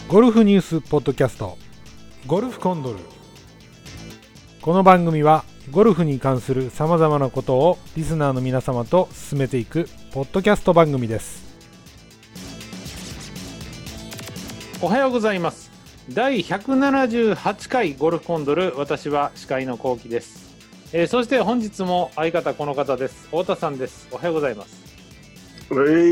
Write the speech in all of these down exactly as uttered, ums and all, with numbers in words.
ゴルフニュースポッドキャストゴルフコンドル。この番組はゴルフに関するさまざまなことをリスナーの皆様と進めていくポッドキャスト番組です。 おはようございます。だいひゃくななじゅうはちかいゴルフコンドル、私は司会のこうきです。えー、そして本日も相方この方です。太田さんです。おはようございます。 はい、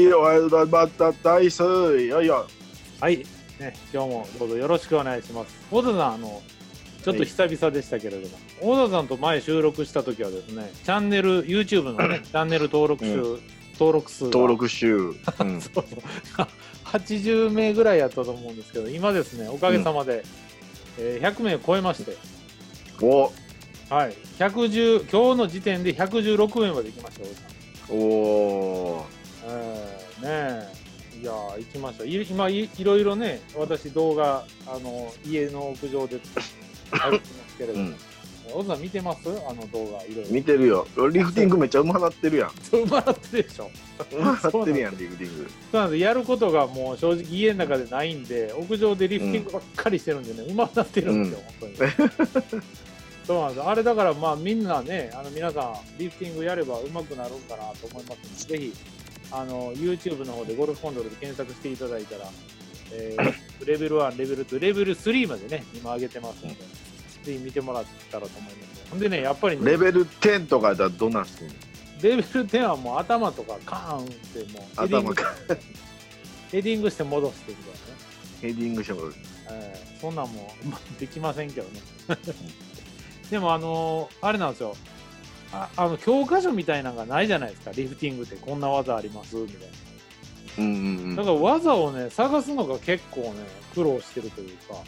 おはようございます。大好き。いやいや。 はい、ね、今日もどうぞよろしくお願いします。太田さん、あのちょっと久々でしたけれども、はい、太田さんと前収録した時はですね、チャンネル YouTube のねチャンネル登録数、うん、登録数が登録数、うん、 そうそうはちじゅうめいぐらいやったと思うんですけど、今ですね、おかげさまで、うんえー、ひゃくめいを超えまして、 おはい、ひゃくじゅう今日の時点でひゃくじゅうろくめいまで行きました。 おお、 えー、ねえ、いや行きました。い今 い, いろいろね、私動画あの家の屋上でありますけれども、うん小田さん見てます？あの動画いろいろ見てるよ。リフティングめっちゃうまなってるやん。 うまなってるでしょ。 うまなってるやんリフティング。 そうなんです。やることがもう正直家の中でないんで、屋上でリフティングばっかりしてるんでね、うん、うまなってるんですよ、うん、本当に。そうなんです。あれだからまあみんなね、あの皆さんリフティングやればうまくなるんかなと思いますので、ぜひあの YouTube の方でゴルフコンドルで検索していただいたら、えー、レベルワン、レベルツー、レベルスリーまでね今上げてますので。うんぜひ見てもらったらと思います。ほんでね、やっぱり、ね、 レベルテンとかだとどんなんするの？ レベルテンはもう頭とかカーンってもうヘディングヘディングして戻してみたいなね。 ヘディングして戻す。 えー、そんなんもうできませんけどね。でもあのー、あれなんですよ。あ, あの教科書みたいなのがないじゃないですか。リフティングってこんな技ありますみたいな。 うんうんうん。 だから技をね探すのが結構ね苦労してるというか。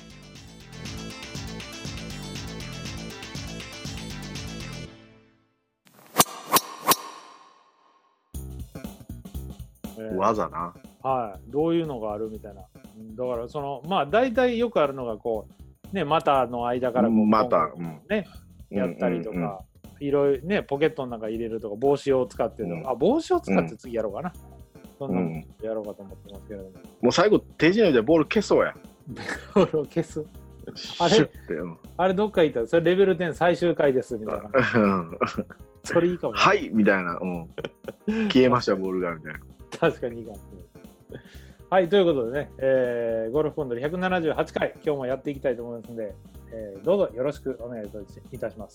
技な、 はい、どういうのがあるみたいな。だからそのまあ大体よくあるのがこうね股の間からこう股、 ね、うん、やったりとか、うんうんうん、いろいろねポケットの中入れるとか帽子を使ってるとか、うん、あ帽子を使って次やろうかな、うん、そんなのやろうかと思ってますけれども、 もう最後手品でボール消そうや。 ボールを消す。あれあれどっか行ったらそれレベルテン最終回ですみたいな。それいいかも、ね。 はいみたいな、うん、消えましたボールがみたいな。確かにいいかもしれない。はい、ということでね、えー、ゴルフコンドルひゃくななじゅうはちかい、今日もやっていきたいと思いますので、えー、どうぞよろしくお願いいたします。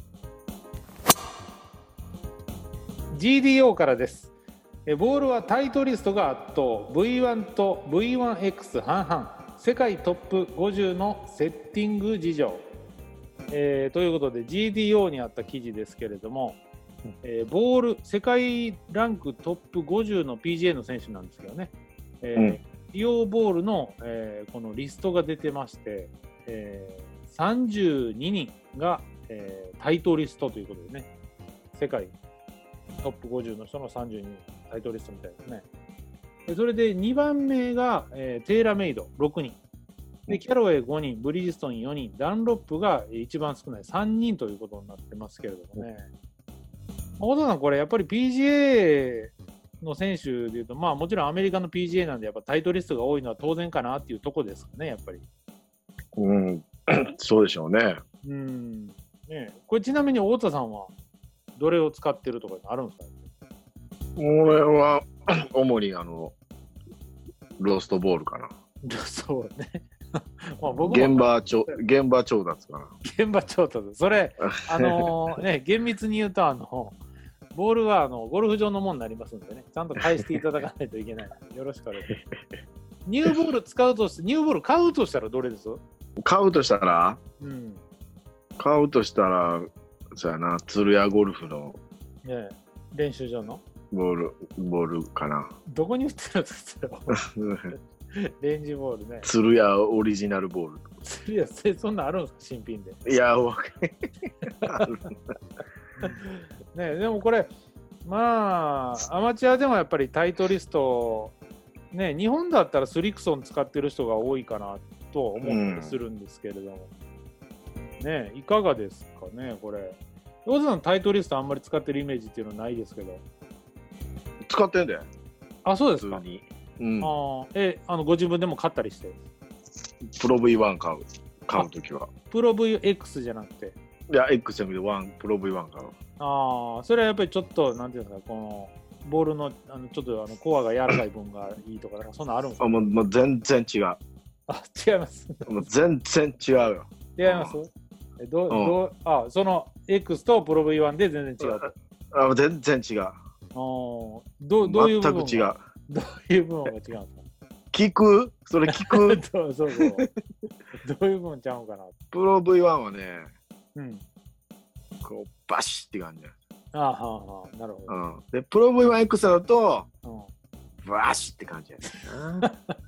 ジーディーオー からです。ボールはタイトリストが圧倒、ブイワン と ブイワンエックス 半々、世界トップごじゅうのセッティング事情、えー、ということで ジーディーオー にあった記事ですけれども、えー、ボール世界ランクトップごじゅうの ピージーエー の選手なんですけどね、えーうん、使用ボールの、えー、このリストが出てまして、えー、さんじゅうににんが、えー、タイトリストということでね、世界トップごじゅうの人のさんじゅうににんタイトリストみたいですね。でそれでにばんめが、えー、テーラメイドろくにんで、キャロウェイごにん、ブリヂストンよにん、ダンロップが一番少ないさんにんということになってますけれどもね。小田さん、これやっぱり ピージーエー の選手でいうと、まあもちろんアメリカの ピージーエー なんでやっぱタイトリストが多いのは当然かなっていうとこですかね、やっぱり。 うん、そうでしょうね。 うん。ね、これちなみに太田さんはどれを使ってるとかあるんですか？ 俺は主にあのローストボールかな。 そうね。まあ僕も現場調現場調達かな。 現場調達。それあのー、ね厳密に言うとあのボールはあのゴルフ場のものになりますんでね、ちゃんと返していただかないといけない。よろしくお願いします。ニューボール使うとしてニューボール買うとしたらどれです？ 買うとしたら、 うん、 買うとしたらそうやな、鶴屋ゴルフの、 ね、練習場のボールボールかな。 どこに売ってるんですか？レンジボールね。 鶴屋オリジナルボール。 鶴屋そんなんあるんですか新品で？ いや、あるね。でもこれまあアマチュアでもやっぱりタイトリストね、日本だったらスリクソン使ってる人が多いかなと思ったりするんですけれども、うん、ね、いかがですかねこれ。ヨズさんタイトリストあんまり使ってるイメージっていうのはないですけど。 使ってんだよ。 あ、そうですか。 普通に。うん、 あえあのご自分でも買ったりして。 プロ ブイワン 買う。買うときは。 プロ ブイエックス じゃなくて。 いや、X じゃなくてワン、プロ ブイワン 買う。 ああ、それはやっぱりちょっと、なんていうんですか、この、ボールの、あのちょっとあのコアが柔らかい分がいいとか、なんかそんなのあるんですか？ あ、もう、もう全然違う。 あ、違います。 もう全然違うよ。 違いますえど、どう、あ、その X とプロ ブイワン で全然違うと。 あ、全然違う。 あどどういう部分が全く違う。 どういう部分が違うんですか？ 聞くそれ聞くそうそうそう。どういう部分ちゃうんかな。 プロ ブイワン はね、 うん。 こう、バシッって感じ。 ああ、はあ、はあ、なるほど。 うん。で、プロ ブイワンエックス だと、 うん、 バシッって感じやね。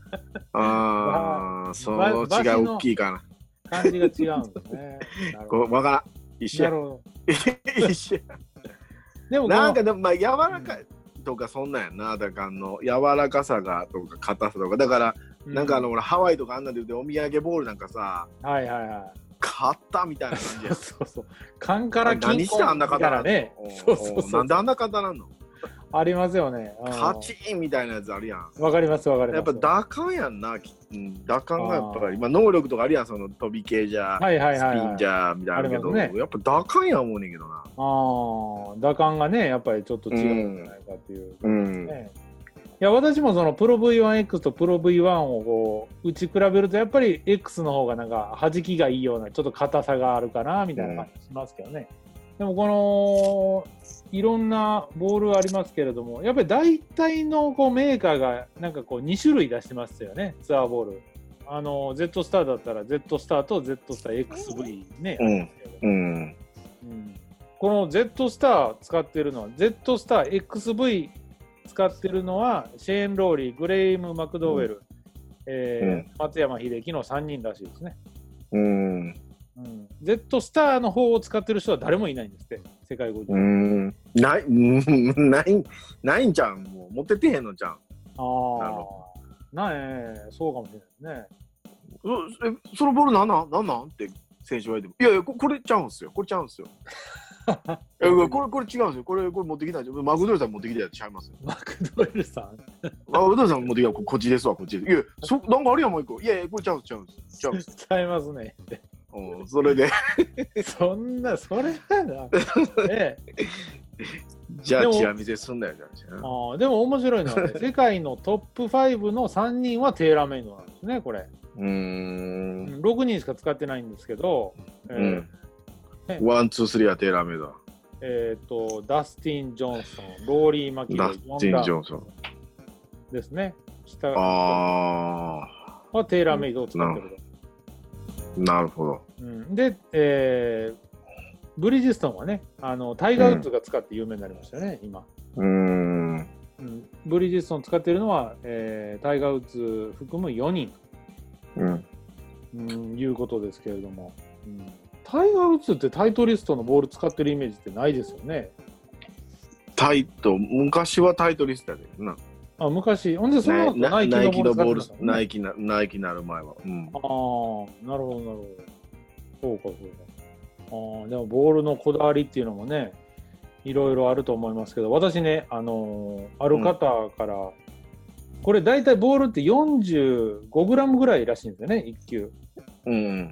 ああ、その違い大きいかな。 感じが違うんですね。 こう、わからん。一緒や。 なるほど。 一緒や。 でもなんかでも、まあ、柔らかいとかそんなんやな。だから、あの、柔らかさがとか、硬さとか。だから、 うん、 なんかあの、俺、ハワイとかあんなで言うて、お土産ボールなんかさ、 はいはいはい。 買ったみたいな感じや。 そうそう。缶から金何してあんなからね。そうそうそう。 なんであんな硬なんの？ ありますよね。 カチーンみたいなやつあるやん。 わかりますわかります。 やっぱ打感やんな。うん、打感がやっぱり、まあ能力とかあるやん、その飛び系じゃ、 はいはいはいはい、 スピンじゃみたいなのあるけど、 ね、 やっぱ打感や思うねんけどな。 ああ、打感がね、やっぱりちょっと違うんじゃないかっていう、ね。うん。いや、私もそのプロ ブイワンエックス とプロ ブイワン をこう打ち比べると、やっぱり X の方がなんか弾きがいいような、ちょっと硬さがあるかなみたいな感じしますけどね。うん、でもこのいろんなボールありますけれども、やっぱり大体のこうメーカーがなんかこうに種類出してますよね、ツアーボール。あの Z スターだったら Z スターと Z スター エックスブイ ね、 うんうんうん、この Z スター使ってるのは Z スター エックスブイ 使ってるのはシェーン・ローリー、グレイム・マクドウェル、うんえーうん、松山英樹のさんにんらしいですね。 うんうん、Z スターの方を使ってる人は誰もいないんですって、世界ごじゅう。 うんない、ないないんじゃん、もう持っててへんのじゃん。ああ、なえ、そうかもしれないですね。 え、そのボールなんなんなんなんって選手が言っても、いやいや、これちゃうんすよ、これちゃうんすよ。えこれこれ違うんですよ、これこれ持ってきたんですよ。マクドエルさん持ってきたやつちゃいますよ。 マクドエルさんマクドエルさん持ってきたこっちですわ、こっちです。いや、そなんかあるやん、もう一個。いやいや、これちゃうんす、ちゃうんす。ちゃうんす。 ちゃいますね。 うん、それで。 そんな、それはな。ええ。 じゃあ、チラ見せすんなよ、じゃあ。あでも面白いのは、ね、世界のトップファイブのさんにんはテーラーメイドなんですね、これ。 うーん。 ろくにんしか使ってないんですけど、 うん。ワン、ツー、スリーはテーラーメイドだ。 えっと、ダスティン・ジョンソン、ローリー・マキロイ、 ダスティン・ジョンソン。 ですね。下あはテーラーメイドを使ってると。なるほど。 うん、で、えー、ブリヂストンはね、あのタイガー・ウッズが使って有名になりましたよね、うん、今。 うーん、 うん。ブリヂストン使ってるのは、えー、タイガー・ウッズ含むよにんと、うんうん、いうことですけれども、うん、タイガー・ウッズってタイトリストのボール使ってるイメージってないですよね。 タイト、昔はタイトリストやでな。 あ、昔、ほんでその後ナイキのボール使ってた、ね、 ナイキな、ナイキなる前は。うん、 ああ、なるほど、なるほど。そうか、そうか。あでもボールのこだわりっていうのもね、いろいろあると思いますけど、私ね、あのー、ある方から、うん、これ大体ボールってよんじゅうごグラムぐらいらしいんですよね、いっ球。 うん、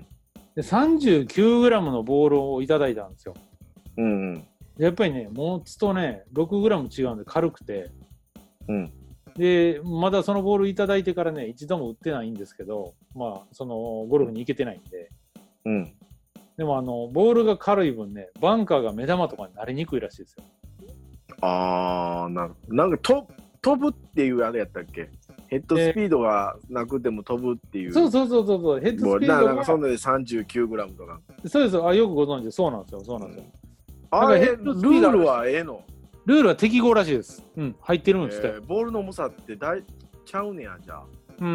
でさんじゅうきゅうグラムのボールをいただいたんですよ。 うん、でやっぱりね、持つとね、ろくグラム違うんで軽くて、 うん、 でまだそのボールいただいてからね、一度も打ってないんですけど、まあ、そのゴルフに行けてないんで。 うんでもあのボールが軽い分ね、バンカーが目玉とかになりにくいらしいですよ。 ああ、なるほど。なんかと飛ぶっていうあれやったっけ？ヘッドスピードがなくても飛ぶっていう。えー、 そうそうそうそうそう、ヘッドスピードが。 なんかそんなで さんじゅうきゅうグラム とか。 そうです。あ、よくご存知で、そうなんですよ、そうなんですよ。 あれ、ルールはええの？ ルールは適合らしいです。うん、入ってるんですって、えー。ボールの重さってだいちゃうねや、じゃあ。 うん、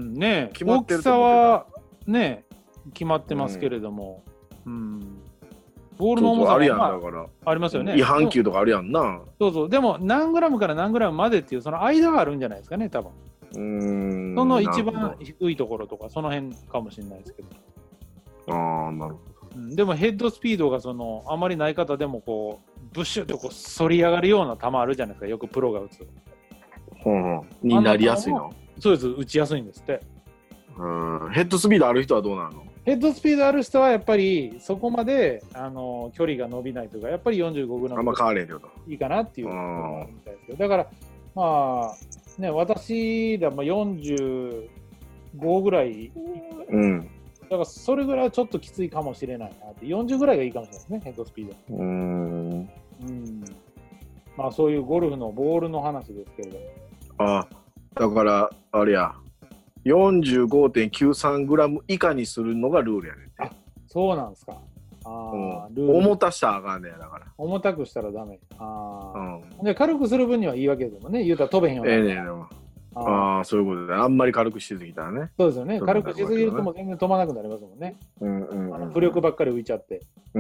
ねえ、決まってると思ってた。大きさはね、決まってますけれども。うんうん、ボールの重さがあるやん、だからありますよね。 違反球とかあるやんな。 そうそう。でも何グラムから何グラムまでっていうその間があるんじゃないですかね、多分。 うーん。 その一番低いところとかその辺かもしれないですけど。 ああ、なるほど、 うん。でもヘッドスピードがそのあまりない方でもこうブッシュってこう反り上がるような球あるじゃないですか。よくプロが打つ。 うんうん。になりやすいの。 そうです。打ちやすいんですって。 うん、ヘッドスピードある人はどうなの？ ヘッドスピードある人はやっぱりそこまであの距離が伸びないとか、やっぱりよんじゅうごグラムあんま変われんよと。 いいかなっていうみたいですけど、だからまあね、私らもよんじゅうごぐらい、 うん、 だからそれぐらいはちょっときついかもしれないなって、よんじゅうぐらいがいいかもしれないですね、ヘッドスピード。 うーん、 うん、まあそういうゴルフのボールの話ですけれども。 あ、だからあれや、よんじゅうごてんきゅうさんグラム以下にするのがルールやねんて。 あ、そうなんですか。あ、 うん、 ルール重たしたらあかんねんだから。 重たくしたらダメ。あ、 うん、 で軽くする分にはいいわけでもね、言うたら飛べへんようになるええねんでも。ああ、そういうことで、あんまり軽くしすぎたらね。 そうですよね。軽くしすぎるともう全然飛ばなくなりますもんね。 うんうんあの浮力ばっかり浮いちゃって。 うん。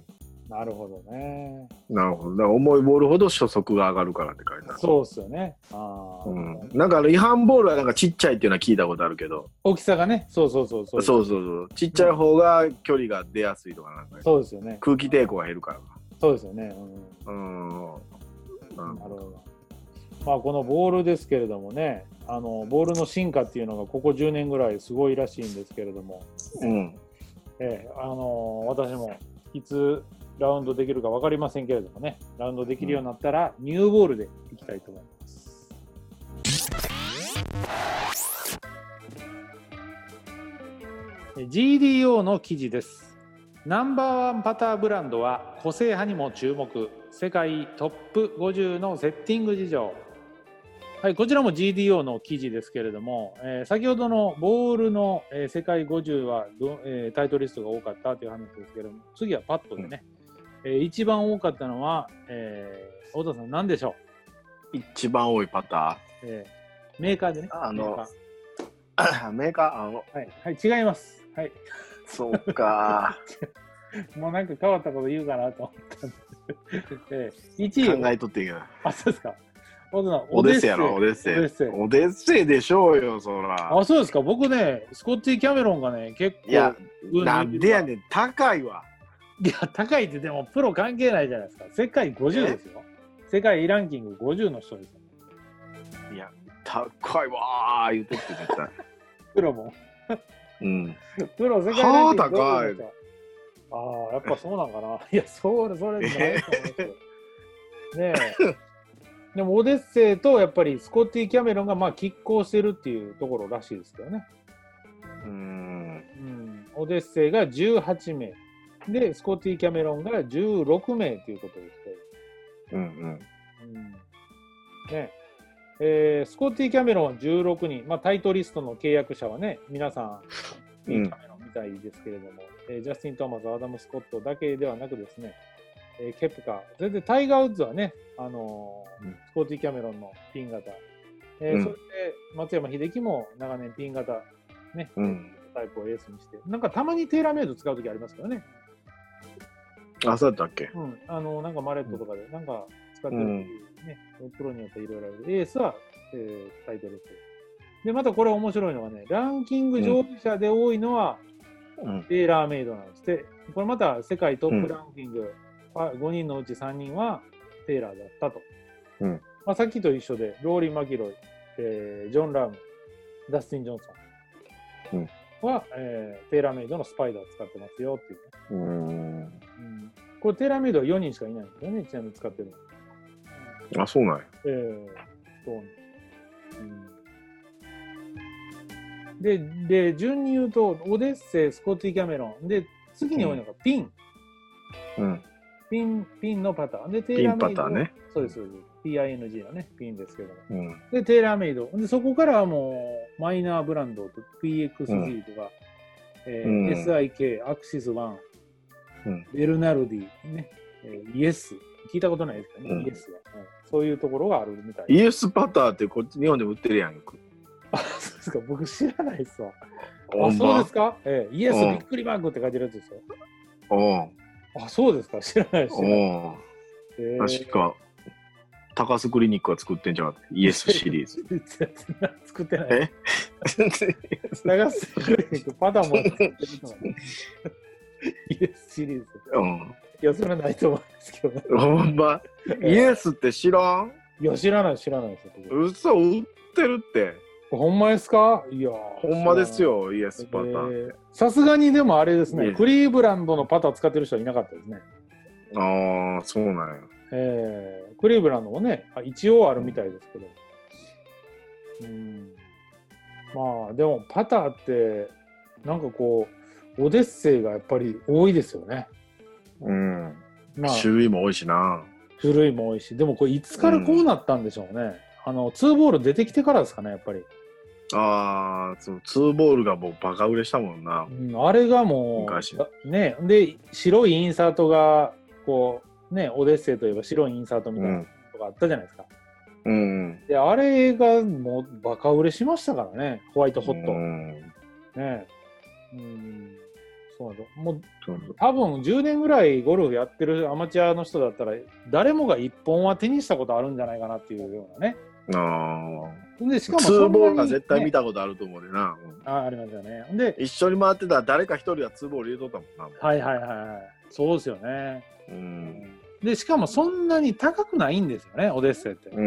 なるほどね。 なるほど。だから重いボールほど初速が上がるからって書いてある。 そうですよね。あ、 うん、なんか違反ボールはなんかちっちゃいっていうのは聞いたことあるけど。 大きさがね。そうそうそうそう。 そうそうそう。ちっちゃい方が距離が出やすいとかなんか、ね、 そうですよね。 空気抵抗が減るから。 そうですよね。 うん。うん。 なるほど。まあこのボールですけれどもね、あのボールの進化っていうのがここじゅうねんぐらいすごいらしいんですけれども、 うん、 えー、あの私もいつラウンドできるか分かりませんけれどもね、ラウンドできるようになったらニューボールでいきたいと思います。ジーディーオー の記事です。ナンバーワンパターブランドは個性派にも注目、世界トップごじゅうのセッティング事情。はい、こちらも ジーディーオー の記事ですけれども、えー、先ほどのボールの、えー、世界ごじゅうはど、えー、タイトリストが多かったという話ですけれども、次はパットでね、うん、えー、一番多かったのは、えー、太田さん何でしょう？一番多いパター、 えー、メーカーでね。 あのメーカー、メーカーあの、 はい、はい、違います。はい。 そうか。 もうなんか変わったこと言うかなと思ったんで、えー、いちい考えとっていいかな。 あ、そうですか。 オデッセイやろ、オデッセイ。オデッセイ。オデッセイでしょうよ、そら。 あ、そうですか。僕ね、スコッティ・キャメロンがね、結構。 いや、なんでやねん、高いわ。 いや、高いってでも、プロ関係ないじゃないですか。世界ごじゅうですよ。世界ランキングごじゅうの人ですよ。 いや、高いわー、言うてって絶対。 プロも。 うん。 プロ世界ランキングごじゅう。はあ、高い。 ああ、やっぱそうなんかな。いや、それ、それ、ないと思いますけど。ねえ。でもオデッセイとやっぱりスコッティ・キャメロンがまあ拮抗してるっていうところらしいですけどね。 うーん、うん、 オデッセイがじゅうはちめいでスコッティ・キャメロンがじゅうろくめいということですけど、 うんうんうんねえー、スコッティ・キャメロンはじゅうろくにん、まあ、タイトリストの契約者はね皆さんキャメロンみたいですけれども、うん、えー、ジャスティン・トーマス、アダム・スコットだけではなくですね、えー、ケプカ、それでタイガー・ウッズはね、あのーうん、スコッティ・キャメロンのピン型、えーうん、それで松山英樹も長年ピン型、ね、うん、タイプをエースにして、なんかたまにテーラーメイド使うときありますけどね。 あ、そうだったっけ？ うん、あのなんかマレットとかで、なんか使ってるね、うん、プロによっていろいろある。エースは、えー、タイトルで、またこれ面白いのはね、ランキング上位者で多いのは、うん、テーラーメイドなんです。で、これまた世界トップランキング、うん、ごにんのうちさんにんはテーラーだったと。うん、まあ、さっきと一緒で、ローリー・マキロイ、えー、ジョン・ラーム、ダスティン・ジョンソンは、うん、えー、テーラーメイドのスパイダー使ってますよっていう、ね。うんうん、これテーラーメイドはよにんしかいないんですよね、ちなみに使ってるの。あ、そうなんや。 えー、そうね。うん、で、で、順に言うと、オデッセイ、スコッティ・キャメロン。で、次に多いのがピン。うん。ピン、ピンのパターン。で、テーラーメイド。ピンパターンね。そうです、そうです。ピーアイエヌジー のね、ピンですけども。うん、で、テーラーメイド。で、そこからはもう、マイナーブランドと ピーエックスジー とか、うん、えーうん、エスアイケー、アクシスワン、うん、ベルナルディ、ね、えー、イエス。聞いたことないですけどね、うん、イエスは、うん。そういうところがあるみたい。 イエスパターってこっち日本でも売ってるやん。 あ、そうですか。僕知らないっすわ。あ、そうですか、えー、イエスびっくりマークって書いてるやつですよ。あ、そうですか。知らないですよ。 えー、確か、高須クリニックは作ってんじゃん。イエスシリーズ。 作ってない。え高須クリニック、パターンも作ってるのがね。イエスシリーズ。うん。いや、それはないと思うんですけどね。 ほんま、イエスって知らん？ いや、知らない、知らないですよ。 嘘、売ってるって。 ほんまですか？いやほんまですよ、イエスパターンって。 さすがにでもあれですね、 いえクリーブランドのパター使ってる人はいなかったですね。 ああ、そうなんや。 えー、クリーブランドもね、一応あるみたいですけど。うん、まあ、でもパターって、なんかこう、オデッセイがやっぱり多いですよね。 うん。 まあ、 種類も多いしな。 種類も多いし、でもこれいつからこうなったんでしょうね。うん、あの、ツーボール出てきてからですかね、やっぱり。 ああ、そう、ツーボールがもうバカ売れしたもんな。 うん、あれがもう、 昔ね、で、白いインサートが、こう、ね、オデッセイといえば白いインサートみたいなのがあったじゃないですか。 うん。 で、あれがもうバカ売れしましたからね、ホワイトホット。 うん、 ね、うん、そうなんだ。もう、 そう多分じゅうねんぐらいゴルフやってるアマチュアの人だったら、誰もがいっぽんは手にしたことあるんじゃないかなっていうようなね。 ああ。 で、しかもツーボールがね絶対見たことあると思うでな。うん、 あ、ありますよね。で、 一緒に回ってたら誰か一人はツーボール入れとったもんな。 はいはいはいはい。そうですよね。 うん。 で、しかもそんなに高くないんですよね、オデッセイって。 うん。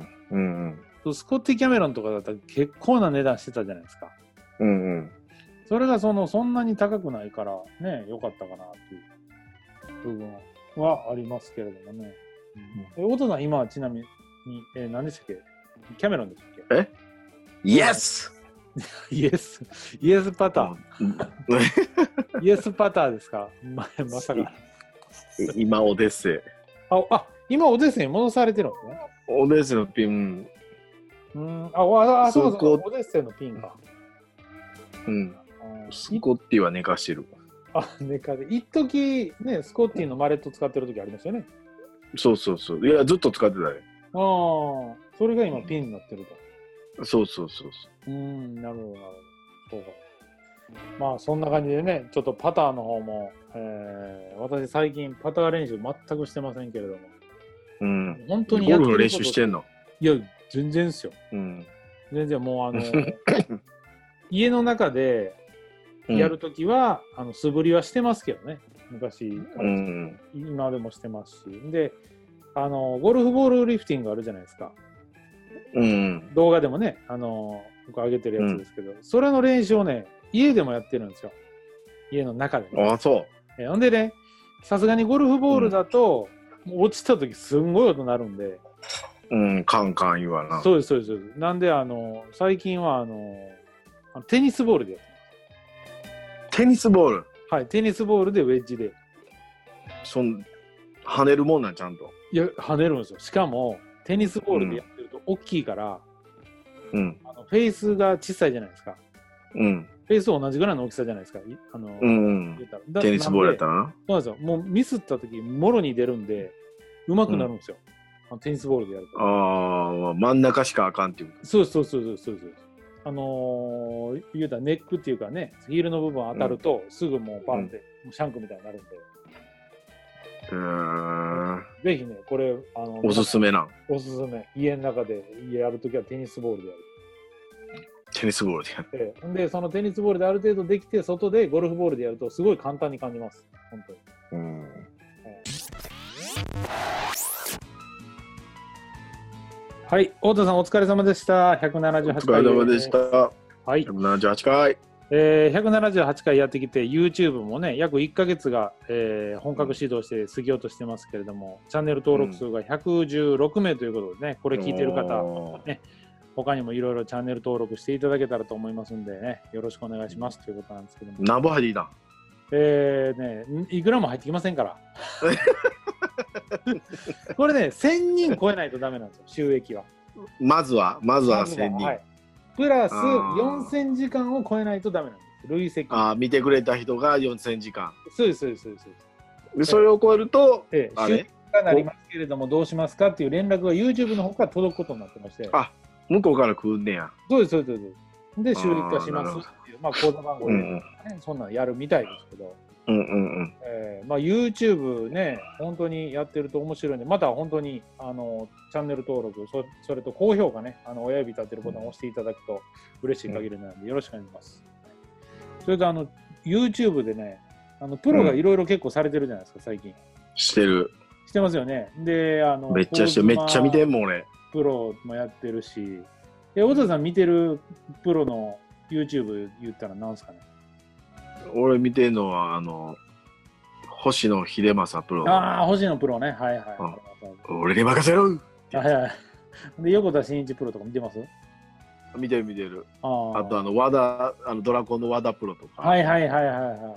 うん。 スコッティ・キャメロンとかだったら結構な値段してたじゃないですか。 うんうん。 それがそのそんなに高くないからね、良かったかなっていう部分はありますけれどもね。うん、え、お父さん今はちなみに、えー、何でしたっけ？キャメロンでしたっけ？ え？イエスイエス、イエスパター。イエスパターですか？ま、まさか。 今オデッセイ。 あ、あ、今オデッセイに戻されてるんですね。 オデッセイのピン。 うん、あ、あ、あ、そうそう、オデッセイのピンか。 うん。スコッティは寝かしてる。 あ、寝かで。一時ね、スコッティのマレット使ってる時ありましたよね。 そうそうそう。いや、ずっと使ってたよ。 ああ、それが今ピンになってると。そうそうそうそう。うん、なるほど、なるほど。そうか。まあ、そんな感じでね、ちょっとパターの方も、えー、私最近パター練習全くしてませんけれども。 うん。 本当にやってるゴルフの練習してんの？ いや、全然ですよ。 うん。 全然もう、あの、家の中でやるときは、うん、あの素振りはしてますけどね。昔、うん、今でもしてますし。で、あの、ゴルフボールリフティングあるじゃないですか。 うん。 動画でもね、あの、僕上げてるやつですけど、うん、それの練習をね、家でもやってるんですよ。家の中で、 ね。ああ、そう。 えほんでね、さすがにゴルフボールだと、うん、もう落ちたときすんごい音鳴るんで。 うん、カンカン言わな。 そうです、そうです。なんで、あの、最近は、あの、テニスボールでやってます。テニスボール？ はい、テニスボールでウェッジで。 そん、跳ねるもんなん、ちゃんと。 いや、跳ねるんですよ。しかも、テニスボールでやってると大きいから、 うん、 あのフェイスが小さいじゃないですか。 うん。 フェイスと同じぐらいの大きさじゃないですか。あの、 うん、テニスボールやったな。 そうなんですよ。もうミスった時もろに出るんで、上手くなるんですよ。うん、テニスボールでやると。 ああ、真ん中しかあかんっていう。 そうそうそうそうそうそう。あのー、言うたらネックっていうかね、ヒールの部分当たると、うん、すぐもうバンって、うん、シャンクみたいになるんで。 うーん。 ぜひね、これ、あの、 おすすめなん。 おすすめ。家の中でやるときはテニスボールでやる。 テニスボールでやる。 ええ、で、そのテニスボールである程度できて、外でゴルフボールでやると、すごい簡単に感じます。本当に。うん。ええ、はい、太田さんお疲れ様でした。ひゃくななじゅうはちかい。 お疲れ様でした。 はい。 ひゃくななじゅうはちかい。 えー、ひゃくななじゅうはちかいやってきて YouTube もね約いっかげつが、えー、本格始動して過ぎようとしてますけれども、チャンネル登録数がひゃくじゅうろくめいということでね、これ聞いてる方、ね、他にもいろいろチャンネル登録していただけたらと思いますんでね、よろしくお願いしますということなんですけども。 何本入っていた？ えーね、いくらも入ってきませんから。これね、せんにん超えないとダメなんですよ、収益は。 まずは、まずはせんにん。はい、 プラスよんせんじかんを超えないとダメなんです。累積。 ああ、見てくれた人がよんせんじかん。 そうです、そうです、そうです。 で、それを超えると、 ええ、あれ収益がなりますけれども、どうしますかっていう連絡が YouTube の方から届くことになってまして。 あ、向こうから来んねや。 そうです、そうです、そうです。で、収益化しますっていう、まあ、口座番号で、ね、うんうん、そんなんやるみたいですけど。 うんうんうん。 えー、まあ YouTube ね、本当にやってると面白いんで、また本当にあのチャンネル登録、そ, それと高評価ね、あの親指立てるボタンを押していただくと嬉しい限りなので、よろしくお願いします。うん、それとあの YouTube でね、あのプロがいろいろ結構されてるじゃないですか、最近。 してる。 してますよね。で、あのめっちゃして、めっちゃ見てんもん俺。 プロもやってるし、 え、小田さん見てるプロの YouTube 言ったら何ですかね。 俺見てるのは、あの、星野秀正プロ。 ああ、星野プロね。はいはい。 俺に任せろ。 はいはい。で、横田真一プロとか見てます？ 見てる見てる。 ああと、あの、和田、あのドラコンの和田プロとか。 はいはいはいはいはい。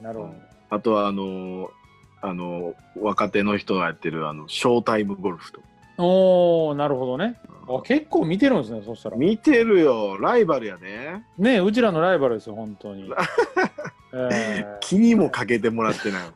なるほど。 あとは、あの、あの、若手の人がやってる、あの、ショータイムゴルフとか。 おー、なるほどね。あ、結構見てるんですね、そしたら。 見てるよ、ライバルやね。 ねえ、うちらのライバルですよ、本当に。えー、 気にもかけてもらってない。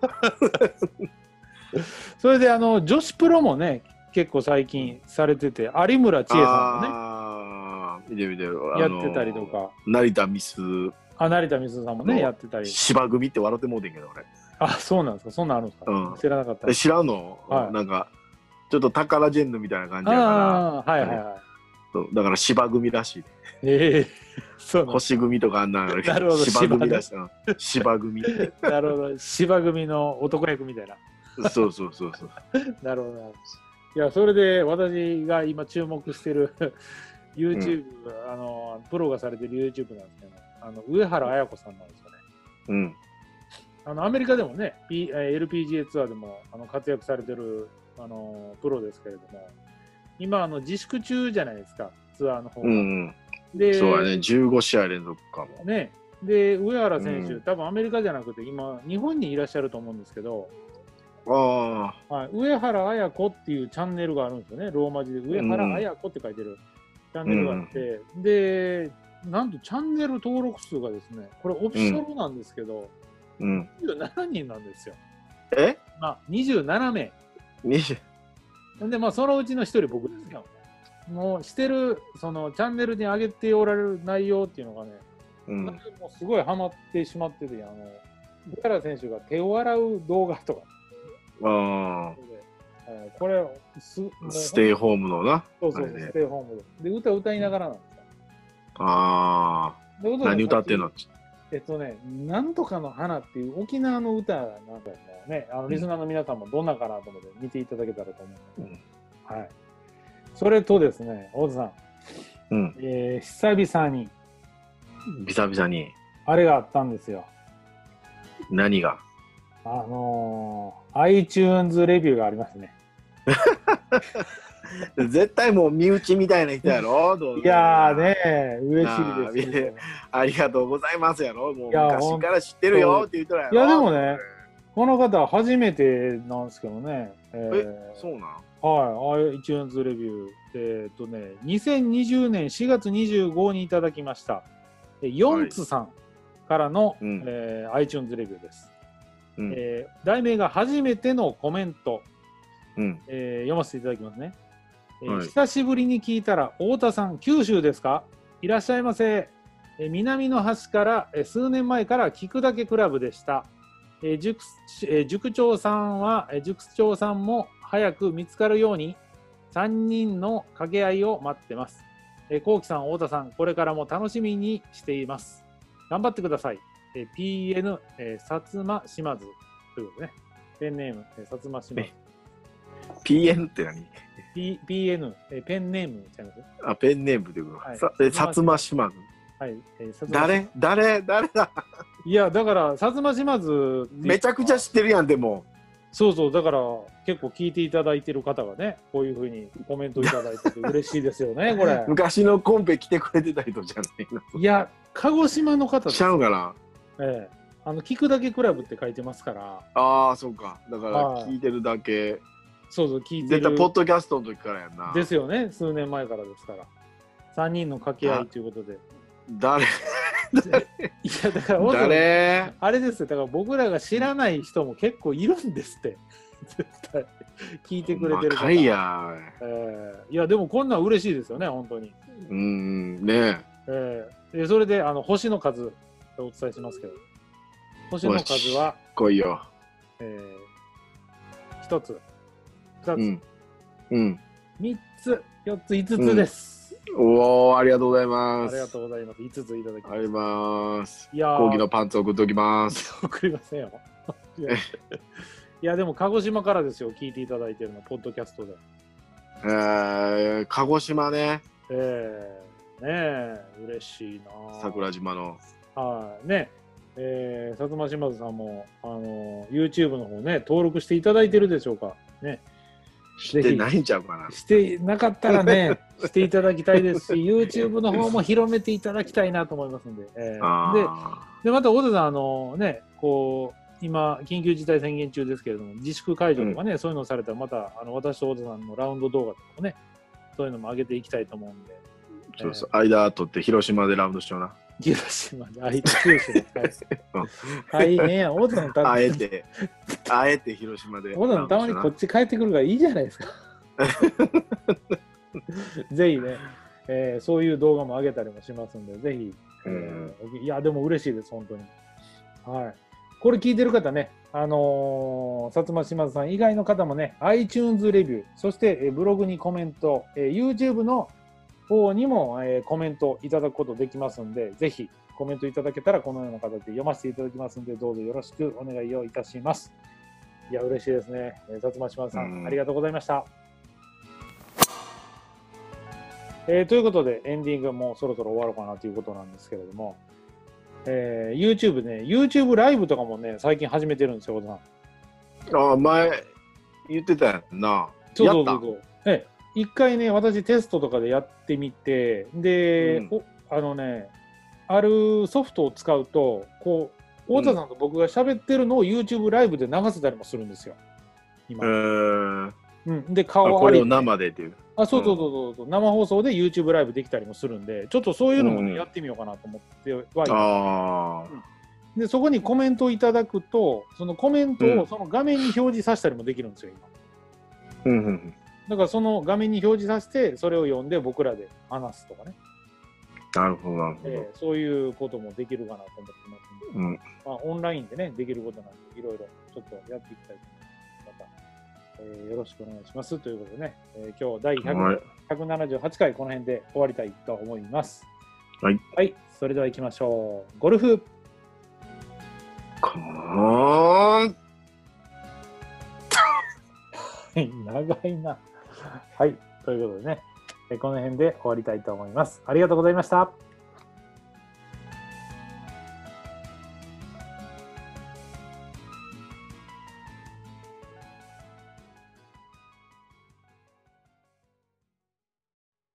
それで、あの、女子プロもね、結構最近されてて、有村千恵さんもね、 ああ、見てる見てる。 やってたりとか。 成田ミス。 あ、成田美鈴さんもね、やってたり。 芝組って笑ってもうてんけど、俺。 あ、そうなんですか、そんなんあるんですか。うん、知らなかった。 え、知らんの、はい、なんか、ちょっとタカラジェンヌみたいな感じやから。 ああ、はいはいはい。 そうだから芝組らしい。 ええー、そうなん星組とかあんなの。 なるほど、 芝組らしい。芝組。 なるほど、芝組の男役みたいな。 そうそうそうそう。 なるほど。いや、それで私が今注目してるYouTube、うん、あの、プロがされてる YouTube なんですけど、あの上原綾子さんなんですよね。 うん。 あのアメリカでもね、P、エルピージーエー ツアーでもあの活躍されてるあのプロですけれども、今あの自粛中じゃないですか、ツアーの方が。うん、 で、そうだね、じゅうごしあい連続かも。 ね、で、上原選手、うん、多分アメリカじゃなくて、今、日本にいらっしゃると思うんですけど、 あ、 はい、上原綾子っていうチャンネルがあるんですよね、ローマ字で。上原綾子って書いてるチャンネルがあって、うん、で、なんとチャンネル登録数がですね、これオフィシャルなんですけど、うん、にじゅうななにんなんですよ。 え？ まあ、にじゅうななめい。 にじゅうで、まあ、そのうちのひとり僕ですよ。もうしてる、そのチャンネルに上げておられる内容っていうのがね、うん、もうすごいハマってしまってて、あの、上原選手が手を洗う動画とか。 ああ。 えー、これス、ステイホームのな。 そうそう、ステイホームで。で、歌歌いながらなんですよ。 ああ。何歌ってんの？ えっとね、なんとかの花っていう沖縄の歌なんかもね、あのリスナーの皆さんもどんなかなと思って見ていただけたらと思う、うん、はい。それとですね、大津さん、うん、えー、久々に久々にあれがあったんですよ。 何が？ あのー、iTunes レビューがありますね。 絶対もう身内みたいな人やろ。どういやーね、嬉しいです。 ありがとうございますやろ。もう昔から知ってるよって言うとらやろ。 いやでもね、この方初めてなんですけどね。 えー、えそうなん？ はい、iTunes レビュー。えっとね、にせんにじゅうねんしがつにじゅうごにちにいただきました。ヨンツさんからの、はい、えー、iTunes レビューです。うん、えー、題名が初めてのコメント。うん、えー、読ませていただきますね。えーはい、久しぶりに聞いたら、太田さん、九州ですか？いらっしゃいませ。えー、南の端から、えー、数年前から聞くだけクラブでした。えー 塾, えー、塾長さんは、えー、塾長さんも早く見つかるように、さんにんの掛け合いを待ってます。えー、こうきさん、太田さん、これからも楽しみにしています。頑張ってください。えー、ピーエヌ、えー、薩摩島津ということでね。ペンネーム、えー、薩摩島津。 ピーエヌ って何？ P、ピーエヌ、えー、ペンネームちゃいます？ あ、ペンネームということ、はい、さえ薩摩島津。 はい、えー、 誰誰誰だ？ いや、だから、薩摩島津めちゃくちゃ知ってるやん、でも。 そうそう、だから、結構聞いていただいてる方がね、こういうふうにコメントいただいてて嬉しいですよね、これ。 昔のコンペ来てくれてた人じゃないの？いや、鹿児島の方です。 ちゃうかな？ ええ。あの、聞くだけクラブって書いてますから。 ああ、そうか。だから、聞いてるだけ。 そうそう、聞いてる。 絶対、ポッドキャストの時からやんな。 ですよね、数年前からですから。さんにんの掛け合いということで。 誰？いや、だから、 誰？ あれですよ、だから僕らが知らない人も結構いるんですって。絶対。聞いてくれてる方。 若いや、 えー。いや、でもこんなん嬉しいですよね、本当に。 うん、ねえー。で、それで、あの、星の数、お伝えしますけど。星の数は、 来いよ。 えー、一つ、二つ、 うんうん、 三つ、四つ、五つです。 うん、おお、ありがとうございます。 ありがとうございます。五ついただきます。 あります。いや、講義のパンツ送っときます。 送りませんよ。いや、でも鹿児島からですよ、聞いていただいてるの、ポッドキャストで。 えー、鹿児島ね。 えー、 ね。嬉しいな。 桜島の。 はいね。えー、薩摩島津さんもあの YouTube の方ね登録していただいてるでしょうかね。 してないんちゃうかな。 してなかったらねしていただきたいですしYouTube の方も広めていただきたいなと思いますんで、えー、で, でまた小田さんあのねこう今緊急事態宣言中ですけれども自粛解除とかね、うん、そういうのをされたらまたあの私と小田さんのラウンド動画とかもねそういうのも上げていきたいと思うんで。 そうそう、えー、間取って広島でラウンドしような。 広島で、間九州で。大変や、大田さんたあえて、あえて広島で。 大田さんたまにこっち帰ってくるからいいじゃないですか。ぜひね、えー、そういう動画も上げたりもしますんで、ぜひ、えー、いや、でも嬉しいです、本当に。はい。これ聞いてる方ね、あのー、薩摩島津さん以外の方もね、iTunes レビュー、そして、えー、ブログにコメント、えー、YouTube の方にも、えー、コメントいただくことできますんで、ぜひコメントいただけたらこのような形で読ませていただきますんで、どうぞよろしくお願いをいたします。いや、嬉しいですね。えー、薩摩島津さん、ありがとうございました。えー、ということで、エンディングもそろそろ終わろうかなということなんですけれども、えー、YouTube ね、YouTube ライブとかもね、最近始めてるんですよ、小田さん。ああ、前言ってたやんな。 そうそうそうそう。ええ一回ね、私テストとかでやってみて、で、うん、おあのね、あるソフトを使うと、こう、太田さんと僕が喋ってるのを YouTube ライブで流せたりもするんですよ。今。えー、うん。で、顔をこれを生でっていう。 あ、そうそうそうそう、うん、生放送で YouTube ライブできたりもするんで、ちょっとそういうのもね、うん、やってみようかなと思ってはいます。あうん、で、そこにコメントをいただくと、そのコメントをその画面に表示させたりもできるんですよ、今。うんうんだからその画面に表示させてそれを読んで僕らで話すとかね。 なるほどなるほど、 えー、そういうこともできるかなと思ってますので、うんまあ、オンラインでねできることなんでいろいろちょっとやっていきたいと思います。また、えー、よろしくお願いしますということでね、えー、今日だいひゃくななじゅうはちかいこの辺で終わりたいと思います。 はい。 はい、それでは行きましょう。ゴルフ。 こーん。 長いな。はい、ということでね、この辺で終わりたいと思います。ありがとうございました。